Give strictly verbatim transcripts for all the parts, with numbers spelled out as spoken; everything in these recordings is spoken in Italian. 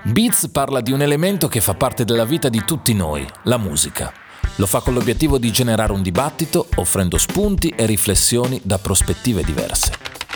Beats parla di un elemento che fa parte della vita di tutti noi, la musica. Lo fa con l'obiettivo di generare un dibattito, offrendo spunti e riflessioni da prospettive diverse.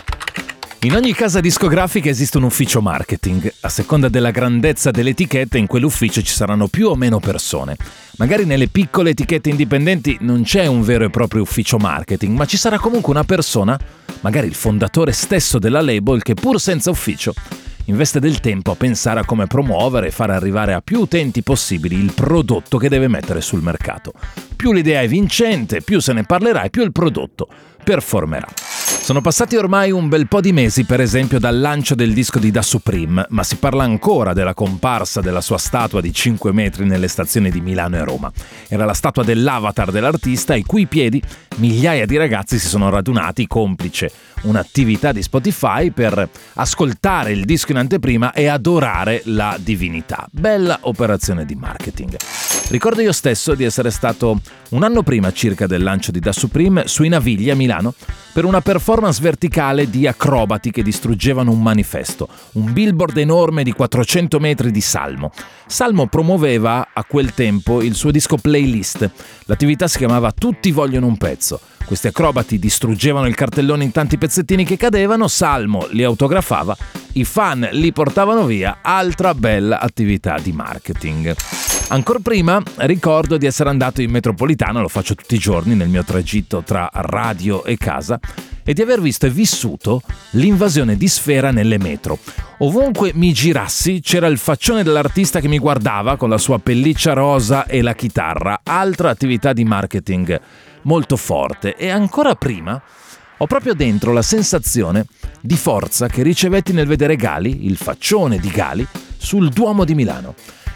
In ogni casa discografica esiste un ufficio marketing. A seconda della grandezza dell'etichetta, in quell'ufficio ci saranno più o meno persone. Magari nelle piccole etichette indipendenti non c'è un vero e proprio ufficio marketing, ma ci sarà comunque una persona, magari il fondatore stesso della label, che pur senza ufficio investe del tempo a pensare a come promuovere e fare arrivare a più utenti possibili il prodotto che deve mettere sul mercato. Più l'idea è vincente, più se ne parlerà e più il prodotto performerà. Sono passati ormai un bel po' di mesi, per esempio, dal lancio del disco di Da Supreme, ma si parla ancora della comparsa della sua statua di cinque metri nelle stazioni di Milano e Roma. Era la statua dell'avatar dell'artista, ai cui piedi migliaia di ragazzi si sono radunati, complice un'attività di Spotify, per ascoltare il disco in anteprima e adorare la divinità. Bella operazione di marketing. Ricordo io stesso di essere stato un anno prima circa del lancio di Da Supreme sui Navigli a Milano per una performance verticale di acrobati che distruggevano un manifesto, un billboard enorme di quattrocento metri di Salmo. Salmo promuoveva a quel tempo il suo disco Playlist. L'attività si chiamava Tutti vogliono un pezzo. Questi acrobati distruggevano il cartellone in tanti pezzettini che cadevano, Salmo li autografava, i fan li portavano via, altra bella attività di marketing. Ancora prima ricordo di essere andato in metropolitana, lo faccio tutti i giorni nel mio tragitto tra radio e casa, e di aver visto e vissuto l'invasione di Sfera nelle metro. Ovunque mi girassi c'era il faccione dell'artista che mi guardava con la sua pelliccia rosa e la chitarra, altra attività di marketing molto forte. E ancora prima ho proprio dentro la sensazione di forza che ricevetti nel vedere Gali, il faccione di Gali, sul Duomo di Milano.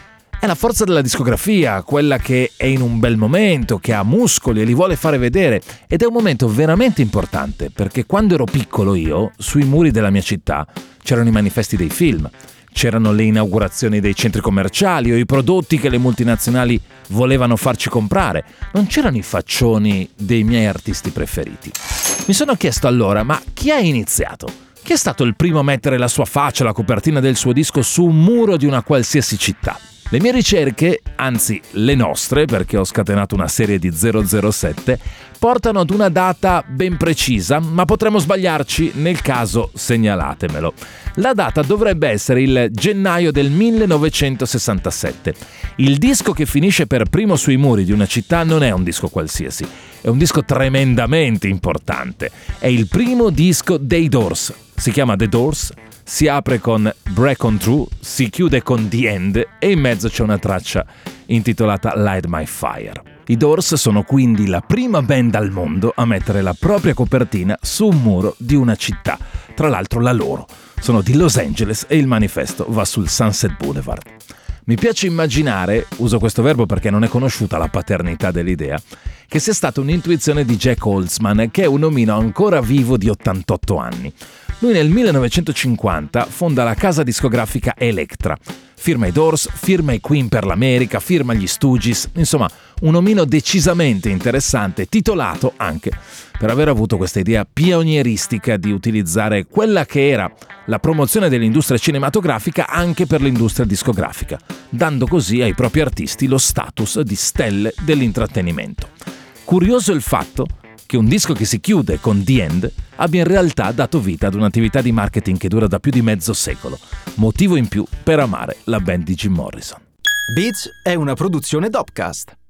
È la forza della discografia, quella che è in un bel momento, che ha muscoli e li vuole fare vedere, ed è un momento veramente importante, perché quando ero piccolo io, sui muri della mia città, c'erano i manifesti dei film, c'erano le inaugurazioni dei centri commerciali o i prodotti che le multinazionali volevano farci comprare, non c'erano i faccioni dei miei artisti preferiti. Mi sono chiesto allora, ma chi ha iniziato? Chi è stato il primo a mettere la sua faccia, la copertina del suo disco su un muro di una qualsiasi città? Le mie ricerche, anzi le nostre, perché ho scatenato una serie di zero zero sette, portano ad una data ben precisa, ma potremmo sbagliarci, nel caso segnalatemelo. La data dovrebbe essere il gennaio del millenovecentosessantasette. Il disco che finisce per primo sui muri di una città non è un disco qualsiasi, è un disco tremendamente importante. È il primo disco dei Doors, si chiama The Doors, si apre con Break On Through, si chiude con The End e in mezzo c'è una traccia intitolata Light My Fire. I Doors sono quindi la prima band al mondo a mettere la propria copertina su un muro di una città, tra l'altro la loro. Sono di Los Angeles e il manifesto va sul Sunset Boulevard. Mi piace immaginare, uso questo verbo perché non è conosciuta la paternità dell'idea, che sia stata un'intuizione di Jack Holzman, che è un omino ancora vivo di ottantotto anni. Lui nel millenovecentocinquanta fonda la casa discografica Elektra, firma i Doors, firma i Queen per l'America, firma gli Stooges, insomma un omino decisamente interessante, titolato anche per aver avuto questa idea pionieristica di utilizzare quella che era la promozione dell'industria cinematografica anche per l'industria discografica, dando così ai propri artisti lo status di stelle dell'intrattenimento. Curioso il fatto che un disco che si chiude con The End abbia in realtà dato vita ad un'attività di marketing che dura da più di mezzo secolo, motivo in più per amare la band di Jim Morrison. Beats è una produzione Dopcast.